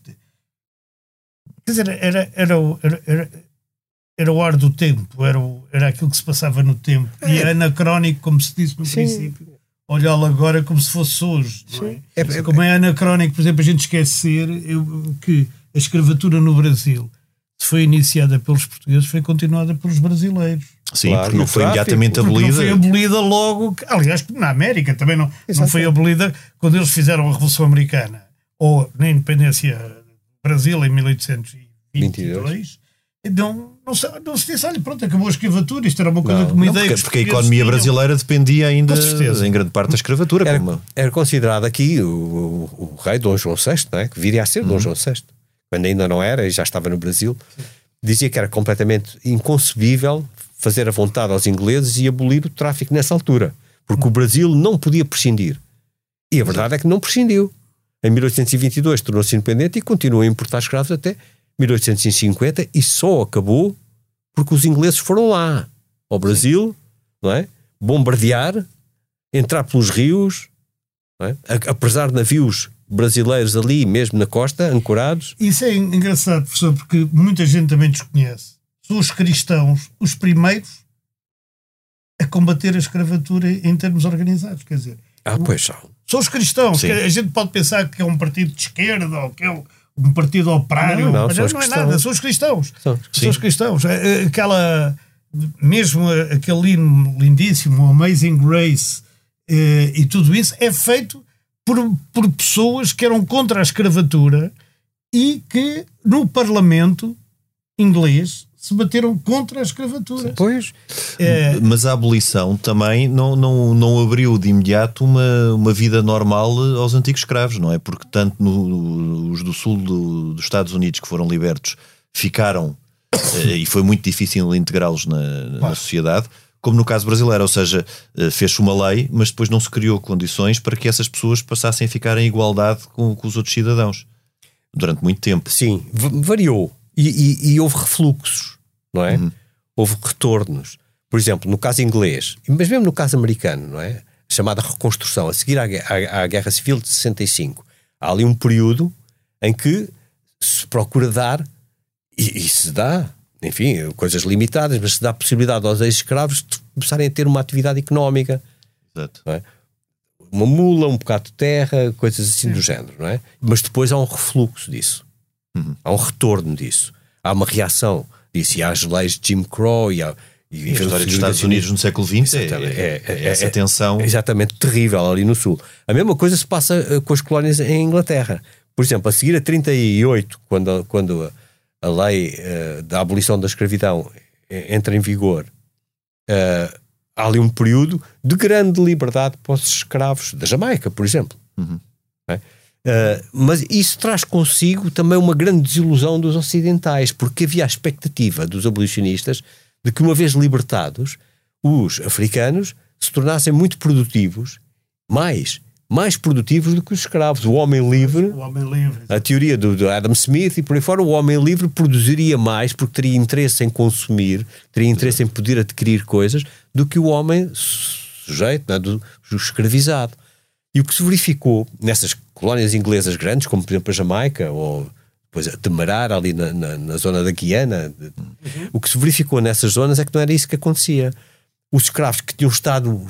quer dizer, era, era, o- era, era, era o ar do tempo, era, o, era aquilo que se passava no tempo, e é anacrónico, como se disse no Sim. princípio, olhá-lo agora como se fosse hoje, não é? É, é, Como é anacrónico, por exemplo, a gente esquecer eu, que a escravatura no Brasil, se foi iniciada pelos portugueses, foi continuada pelos brasileiros. Sim, Claro, porque e não o foi tráfico, imediatamente Porque não abolida. foi abolida logo, que- aliás, na América também não, não Exato. foi abolida quando eles fizeram a Revolução Americana ou na independência do Brasil em mil oitocentos e vinte e dois. Não, não, se, não se disse, olha, pronto, acabou a escravatura, isto era uma coisa, Não, uma Não, ideia porque, que os porque a portugueses economia tinham. brasileira dependia ainda, Com certeza. em grande parte, da escravatura. Era, como- era considerado aqui o, o, o rei Dom João sexto, não é? Que viria a ser Dom João sexto, quando ainda não era e já estava no Brasil. Dizia que era completamente inconcebível fazer a vontade aos ingleses e abolir o tráfico nessa altura, porque o Brasil não podia prescindir. E a verdade é que não prescindiu. Em mil oitocentos e vinte e dois tornou-se independente e continuou a importar escravos até mil oitocentos e cinquenta, e só acabou porque os ingleses foram lá ao Brasil, não é? Bombardear, entrar pelos rios, não é? A- apesar de navios brasileiros ali mesmo na costa, ancorados. Isso é engraçado, professor, porque muita gente também desconhece. São os cristãos os primeiros a combater a escravatura em termos organizados, quer dizer, Ah, pois são. são os cristãos. Sim. Que a gente pode pensar que é um partido de esquerda ou que é um partido operário, Não, não, mas são não, os é cristãos. nada, são os cristãos. São. São os cristãos. É, é, Aquela, mesmo aquele hino lindíssimo, Amazing Grace, eh, e tudo isso é feito por, por pessoas que eram contra a escravatura e que no Parlamento inglês se bateram contra a escravatura. Pois. É, Mas a abolição também não, não, não abriu de imediato uma, uma vida normal aos antigos escravos, não é? Porque tanto no, os do sul do, dos Estados Unidos que foram libertos ficaram, eh, e foi muito difícil integrá-los na, na Claro. sociedade, como no caso brasileiro, ou seja, eh, fez-se uma lei, mas depois não se criou condições para que essas pessoas passassem a ficar em igualdade com, com os outros cidadãos durante muito tempo. Sim, v- variou. E, e- e houve refluxos, não é? Houve retornos. Por exemplo, no caso inglês, mas mesmo no caso americano, não é? A chamada reconstrução, a seguir à, gue- à- à Guerra Civil de sessenta e cinco, há ali um período em que se procura dar, e, e se dá, enfim, coisas limitadas, mas se dá a possibilidade aos ex-escravos de começarem a ter uma atividade económica. Exato. Uma mula, um bocado de terra, coisas assim do género, não é? Mas depois há um refluxo disso. Uhum. Há um retorno disso. Há uma reação disso. E há as leis de Jim Crow e, há, e, E a história dos Estados Unidos no século vinte é, Exatamente. é, É- é- essa é- tensão. é exatamente terrível ali no Sul. A mesma coisa se passa eh, com as colónias em Inglaterra. Por exemplo, a seguir a trinta e oito, quando, quando a, a lei eh, da abolição da escravidão eh, entra em vigor, eh, há ali um período de grande liberdade para os escravos da Jamaica, por exemplo. Uhum. Não é? Uh, mas isso traz consigo também uma grande desilusão dos ocidentais, porque havia a expectativa dos abolicionistas de que, uma vez libertados, os africanos se tornassem muito produtivos, mais, mais produtivos do que os escravos. O homem livre, o homem livre. a teoria do, do Adam Smith e por aí fora, o homem livre produziria mais porque teria interesse em consumir, teria interesse em poder adquirir coisas, do que o homem sujeito, não é? do, do escravizado. E o que se verificou nessas colónias inglesas grandes, como por exemplo a Jamaica, ou depois a Demerara, ali na, na, na zona da Guiana, uhum. o que se verificou nessas zonas é que não era isso que acontecia. Os escravos que tinham estado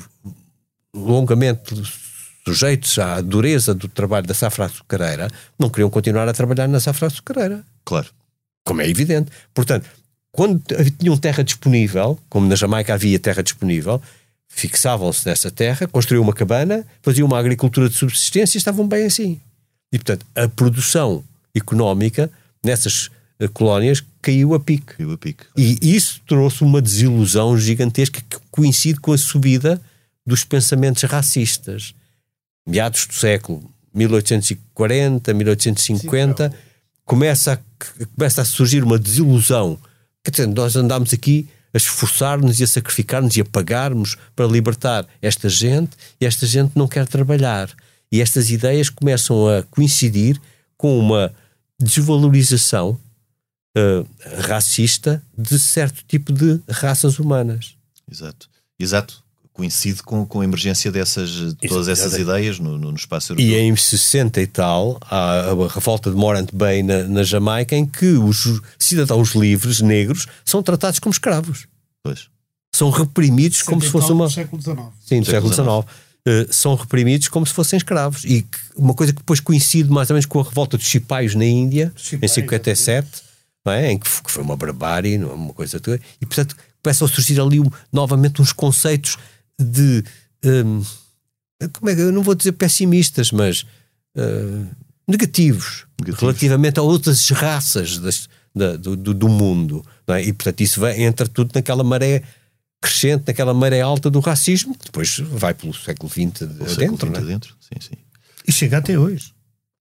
longamente sujeitos à dureza do trabalho da safra açucareira não queriam continuar a trabalhar na safra açucareira. Claro. Como é evidente. Portanto, quando tinham terra disponível, como na Jamaica havia terra disponível, fixavam-se nessa terra, construíam uma cabana, faziam uma agricultura de subsistência e estavam bem assim. E, portanto, a produção económica nessas uh, colónias caiu a pique. Caiu a pique. E isso trouxe uma desilusão gigantesca que coincide com a subida dos pensamentos racistas. Meados do século mil oitocentos e quarenta, mil oitocentos e cinquenta, Sim, começa, a, começa a surgir uma desilusão. Quer dizer, nós andámos aqui a esforçar-nos e a sacrificar-nos e a pagarmos para libertar esta gente, e esta gente não quer trabalhar. E estas ideias começam a coincidir com uma desvalorização uh, racista de certo tipo de raças humanas. Exato. Exato. Coincide com, com a emergência dessas, todas essas ideias no, no espaço europeu. E em sessenta e tal, há a revolta de Morant Bay na, na Jamaica, em que os cidadãos livres, negros, são tratados como escravos. Pois. São reprimidos como se fosse uma... do século dezenove. Sim, do século dezenove. Uh, são reprimidos como se fossem escravos. E que, uma coisa que depois coincide mais ou menos com a revolta dos cipaios na Índia, Cipais, em cinquenta e sete, não é? Em que foi uma barbárie, não é? Uma coisa toda. E, portanto, começam a surgir ali um, novamente uns conceitos de um, como é que eu não vou dizer pessimistas, mas uh, negativos, negativos relativamente a outras raças das, da, do, do mundo, não é? E portanto isso vai, entra tudo naquela maré crescente, naquela maré alta do racismo, que depois vai pelo século vinte adentro, não é? Dentro. Sim, sim. E chega até hoje.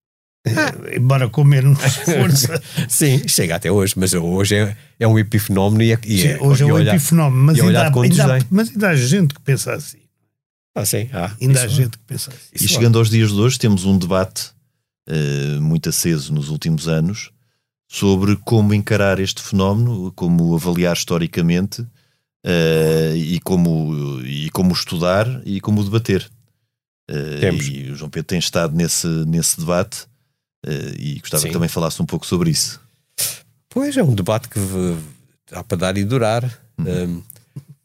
Ah. Embora com menos força. Sim, chega até hoje, mas hoje é, é um epifenómeno e é, e sim, é, hoje é um olhar, epifenómeno, mas ainda, há, ainda, há, desdém. mas ainda há gente que pensa assim. Ah, sim. Ah, ainda há gente que pensa assim. E chegando aos dias de hoje, temos um debate uh, muito aceso nos últimos anos sobre como encarar este fenómeno, como avaliar historicamente uh, e, como, e como estudar e como debater. Uh, e o João Pedro tem estado nesse, nesse debate. Uh, e gostava Sim. que também falasse um pouco sobre isso. Pois, é um debate que há para dar e durar. Uhum. Um, uh,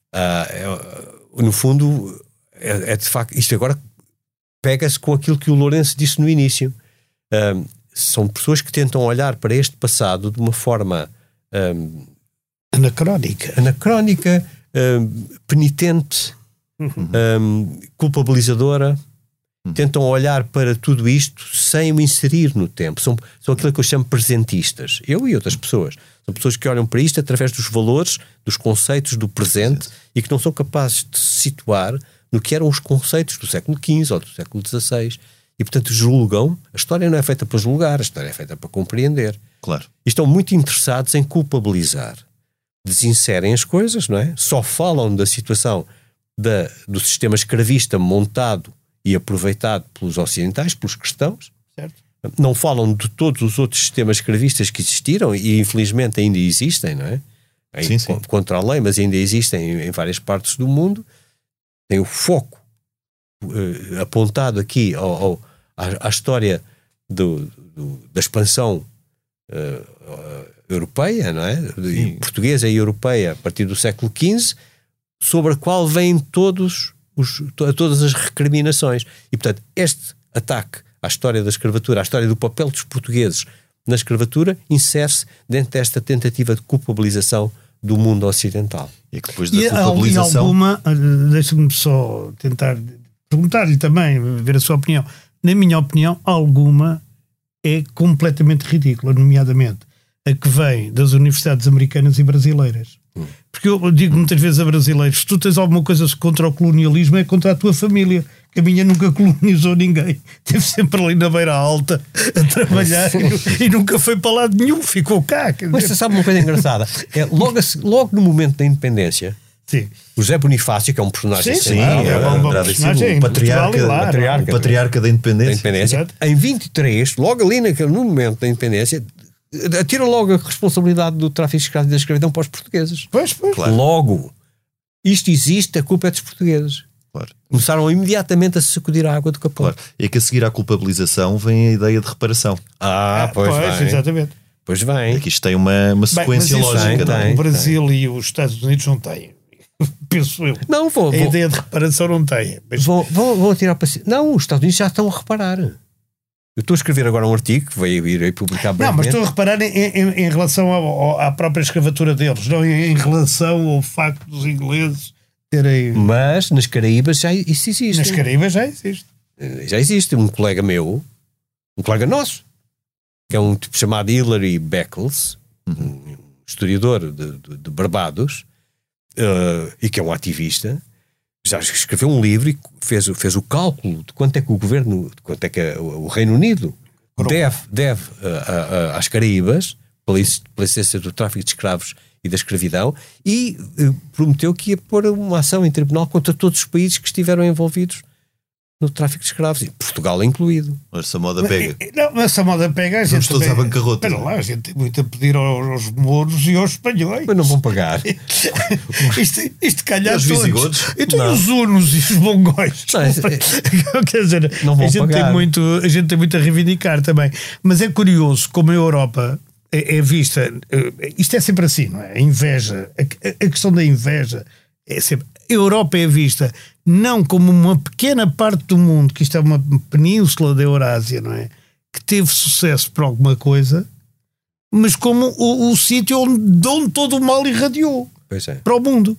é, no fundo, é, é de facto, isto agora pega-se com aquilo que o Lourenço disse no início. Um, são pessoas que tentam olhar para este passado de uma forma um, anacrónica, anacrónica um, penitente, uhum. um, culpabilizadora. Tentam olhar para tudo isto sem o inserir no tempo. São, são aquilo que eu chamo presentistas. Eu e outras pessoas. São pessoas que olham para isto através dos valores, dos conceitos do presente e que não são capazes de se situar no que eram os conceitos do século quinze ou do século dezasseis. E, portanto, julgam. A história não é feita para julgar, a história é feita para compreender. Claro. E estão muito interessados em culpabilizar. Desinserem as coisas, não é? Só falam da situação da, do sistema escravista montado e aproveitado pelos ocidentais, pelos cristãos. Certo. Não falam de todos os outros sistemas escravistas que existiram e infelizmente ainda existem, não é? Em, sim, sim. Contra a lei, mas ainda existem em, em várias partes do mundo. Tem o foco uh, apontado aqui ao, ao, à, à história do, do, da expansão uh, uh, europeia, não é? De, portuguesa e europeia a partir do século quinze, sobre a qual vêm todos Os, todas as recriminações. E, portanto, este ataque à história da escravatura, à história do papel dos portugueses na escravatura, insere-se dentro desta tentativa de culpabilização do mundo ocidental. E que depois da e culpabilização... alguma, deixa-me só tentar perguntar-lhe também, ver a sua opinião. Na minha opinião, alguma é completamente ridícula, nomeadamente a que vem das universidades americanas e brasileiras. Porque eu digo muitas vezes a brasileiros, se tu tens alguma coisa contra o colonialismo é contra a tua família, que a minha nunca colonizou ninguém, esteve sempre ali na beira alta a trabalhar e, e nunca foi para lado nenhum, ficou cá. Mas você sabe uma coisa engraçada, é, logo, a, logo no momento da independência, sim. o José Bonifácio, que é um personagem sim, sim, é, é um personagem, o patriarca, lá, patriarca, o patriarca da independência, da independência em vinte e três, logo ali naquele, no momento da independência, atira logo a responsabilidade do tráfico de escravos e da escravidão para os portugueses. Pois, pois. Claro. Logo. Isto existe, a culpa é dos portugueses. Claro. Começaram imediatamente a sacudir a água do capão. Claro. É que a seguir à culpabilização vem a ideia de reparação. Ah, ah pois, pois exatamente. Pois vem. É que isto tem uma, uma sequência Bem, lógica. Tem, não? o Brasil tem. E os Estados Unidos não têm. Penso eu. Não, vou, a vou, ideia de reparação não tem. Mas... Vou, vou, vou tirar para si. Não, os Estados Unidos já estão a reparar. Eu estou a escrever agora um artigo que vai ir publicar brevemente. Não, mas estou a reparar em, em, em relação ao, ao, à própria escravatura deles, não em, em relação ao facto dos ingleses terem... Mas nas Caraíbas já isso existe. Nas Caraíbas já existe. Já existe. Um colega meu, um colega nosso, que é um tipo chamado Hilary Beckles, uhum. um historiador de, de, de Barbados, uh, e que é um ativista, já escreveu um livro e fez, fez o cálculo de quanto é que o governo, de quanto é que o Reino Unido deve, deve uh, uh, uh, às Caraíbas, pela, pela existência do tráfico de escravos e da escravidão, e uh, prometeu que ia pôr uma ação em tribunal contra todos os países que estiveram envolvidos no tráfico de escravos, e Portugal incluído. Mas essa moda pega. Não, essa moda pega. A gente Vamos todos também, à bancarrota. Espera lá, a gente tem muito a pedir aos, aos mouros e aos espanhóis. Mas não vão pagar. isto, isto calhar E os todos. visigodos? Então Não. os hunos e os mongóis. Não, é- Quer dizer, Não vão a gente, pagar. tem muito, a gente tem muito a reivindicar também. Mas é curioso como a Europa é, é vista. Isto é sempre assim, não é? A inveja, a, a questão da inveja é sempre. A Europa é vista não como uma pequena parte do mundo, que isto é uma península da Eurásia, não é? Que teve sucesso por alguma coisa, mas como o, o sítio onde, de onde todo o mal irradiou Pois é. para o mundo.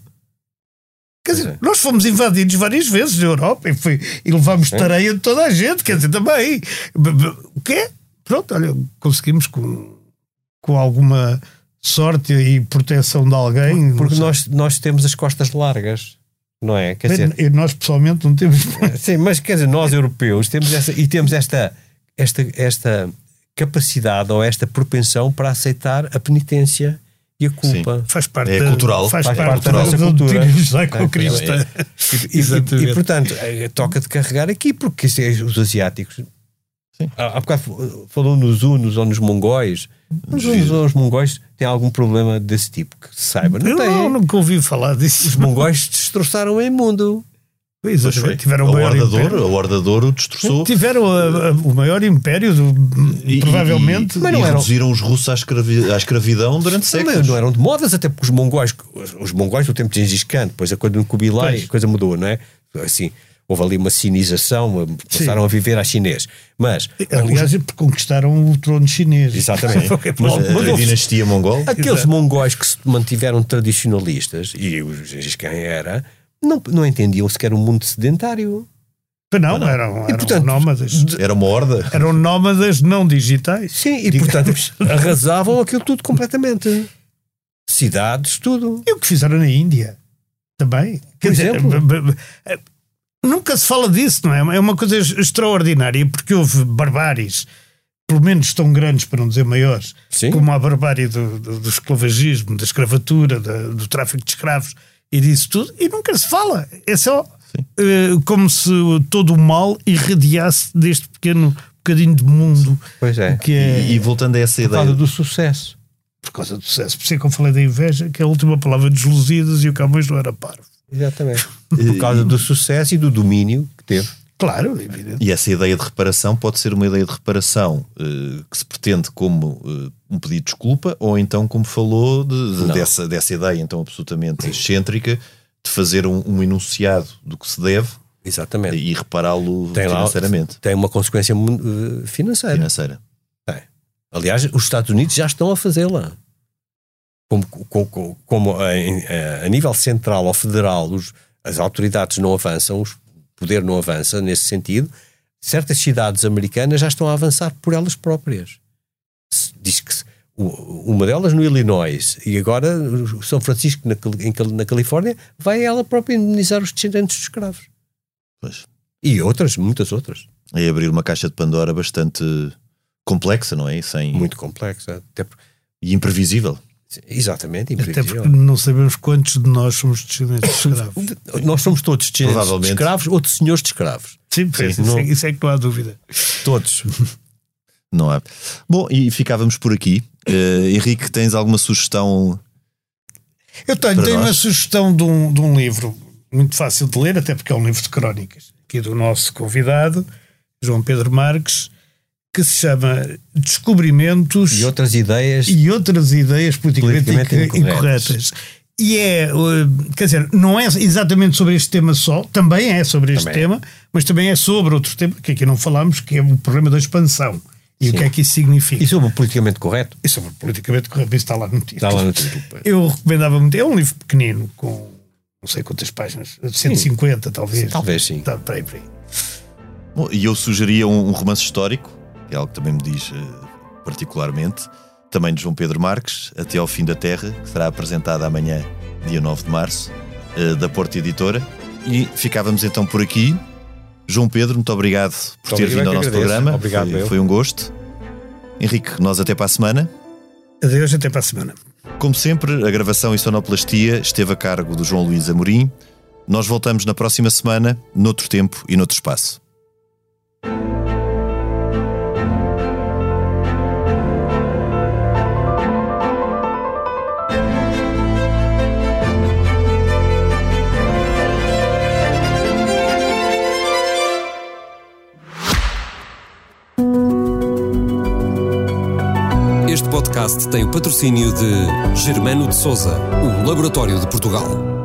Quer Pois dizer, é. nós fomos invadidos várias vezes na Europa e, foi, e levámos tareia de toda a gente, quer dizer, também. B- b- O quê? Pronto, olha, conseguimos com, com alguma sorte e proteção de alguém. Porque não nós, nós temos as costas largas, não é? Quer sei. dizer, E nós pessoalmente não temos. sim, mas quer dizer, nós europeus temos essa, e temos esta, esta, esta capacidade ou esta propensão para aceitar a penitência e a culpa. Faz parte, É da- cultural. faz Faz parte, parte da da nossa nossa cultura. cultura judaico-cristã. E, e, Exatamente. e, portanto, eh, toca de carregar aqui, porque isso é, os asiáticos. Sim. Há há bocado falou nos hunos ou nos mongóis. Os hunos ou os mongóis têm algum problema desse tipo que se saiba? Não Eu têm. não, nunca ouvi falar Os disso. mongóis destroçaram o mundo. Pois foi. Exatamente. Tiveram a o maior Horda de Ouro, império. a Horda de Ouro destroçou. Tiveram a- a- o maior império, do, E- provavelmente. E, Mas e não eram- reduziram os russos à, escravi- à escravidão durante Não, séculos. não eram de modas, até porque os mongóis, os mongóis do tempo de Gengis Khan, depois a coisa do Kubilai, Pois. a coisa mudou, não é? Assim, houve ali uma sinização, passaram a viver à chinês. Mas, Aliás, porque conquistaram o trono chinês. Exatamente. Porque, Mas, pelo A, amor a de Deus. dinastia mongol. aqueles Exato. mongóis que se mantiveram tradicionalistas, e o Gengis Khan era, não, não entendiam sequer o mundo sedentário. Não, Não. eram, E, eram portanto, nómadas. Era uma horda. Eram nómadas não digitais. Sim, e portanto arrasavam aquilo tudo completamente. Cidades, tudo. E o que fizeram na Índia também. Quer Por dizer, exemplo. b- b- b- nunca se fala disso, não é? É uma coisa extraordinária, porque houve barbáries, pelo menos tão grandes, para não dizer maiores, Sim. como a barbárie do, do, do esclavagismo, da escravatura, da- do tráfico de escravos e disso tudo, e nunca se fala. É só eh, como se todo o mal irradiasse deste pequeno bocadinho de mundo Pois é. que é E, e voltando a essa Por causa ideia. do sucesso. por causa do sucesso. Por isso é que eu falei da inveja, que é a última palavra dos Lusíadas, e o Camões não era parvo. Exatamente. Por causa do sucesso e do domínio que teve. Claro, é evidente. E essa ideia de reparação pode ser uma ideia de reparação eh, que se pretende como eh, um pedido de desculpa, ou então, como falou, de- de- Não. dessa, dessa ideia então absolutamente excêntrica de fazer um, um enunciado do que se deve Exatamente. e repará-lo Tem lá- financeiramente. Tem uma consequência uh, financeira. Financeira. Tem. Aliás, os Estados Unidos já estão a fazê-la. Como, como, como a, a nível central ou federal os, as autoridades não avançam, o poder não avança nesse sentido, certas cidades americanas já estão a avançar por elas próprias. Se- Diz que se- o- uma delas no Illinois e agora o São Francisco na, Cal- em Cal- na Califórnia vai ela própria indemnizar os descendentes dos escravos. Pois. E outras, muitas outras. É abrir uma caixa de Pandora bastante complexa, não é? E, sem, Muito complexa. Até por- e imprevisível. Exatamente, Até imprevisível. porque não sabemos quantos de nós somos descendentes de escravos. Nós somos todos descendentes de Provavelmente. escravos ou de senhores de escravos. Sim, Sim, isso, não- é, isso é que não há dúvida. Todos. Não há. Bom, e ficávamos por aqui. Eh, Henrique, tens alguma sugestão? Eu tenho, Para tenho nós. uma sugestão de um, de um livro muito fácil de ler, até porque é um livro de crónicas, aqui do nosso convidado, João Pedro Marques, que se chama Descobrimentos E outras ideias. e outras ideias politicamente, Politicamente incorretas. incorretas. E é, uh, quer dizer, não é exatamente sobre este tema só, também é sobre este Também é. tema, mas também é sobre outro tema, que aqui não falamos, que é o problema da expansão. E Sim. o que é que isso significa? E sobre o politicamente correto? E sobre o politicamente correto, isso está lá no título. Está lá no título. Eu recomendava muito, é um livro pequenino, com não sei quantas páginas, cento e cinquenta talvez. Talvez sim. Tá, peraí, peraí. Bom, e eu sugeria um, um romance histórico, que é algo que também me diz eh, particularmente, também de João Pedro Marques, Até ao Fim da Terra, que será apresentada amanhã, dia nove de março, da Porta Editora. E ficávamos então por aqui. João Pedro, muito obrigado por ter vindo ao nosso programa. Obrigado, foi, foi um gosto. Henrique, nós até para a semana. Adeus, até para a semana. Como sempre, a gravação e sonoplastia esteve a cargo do João Luís Amorim. Nós voltamos na próxima semana, noutro tempo e noutro espaço. Este podcast tem o patrocínio de Germano de Souza, o Laboratório de Portugal.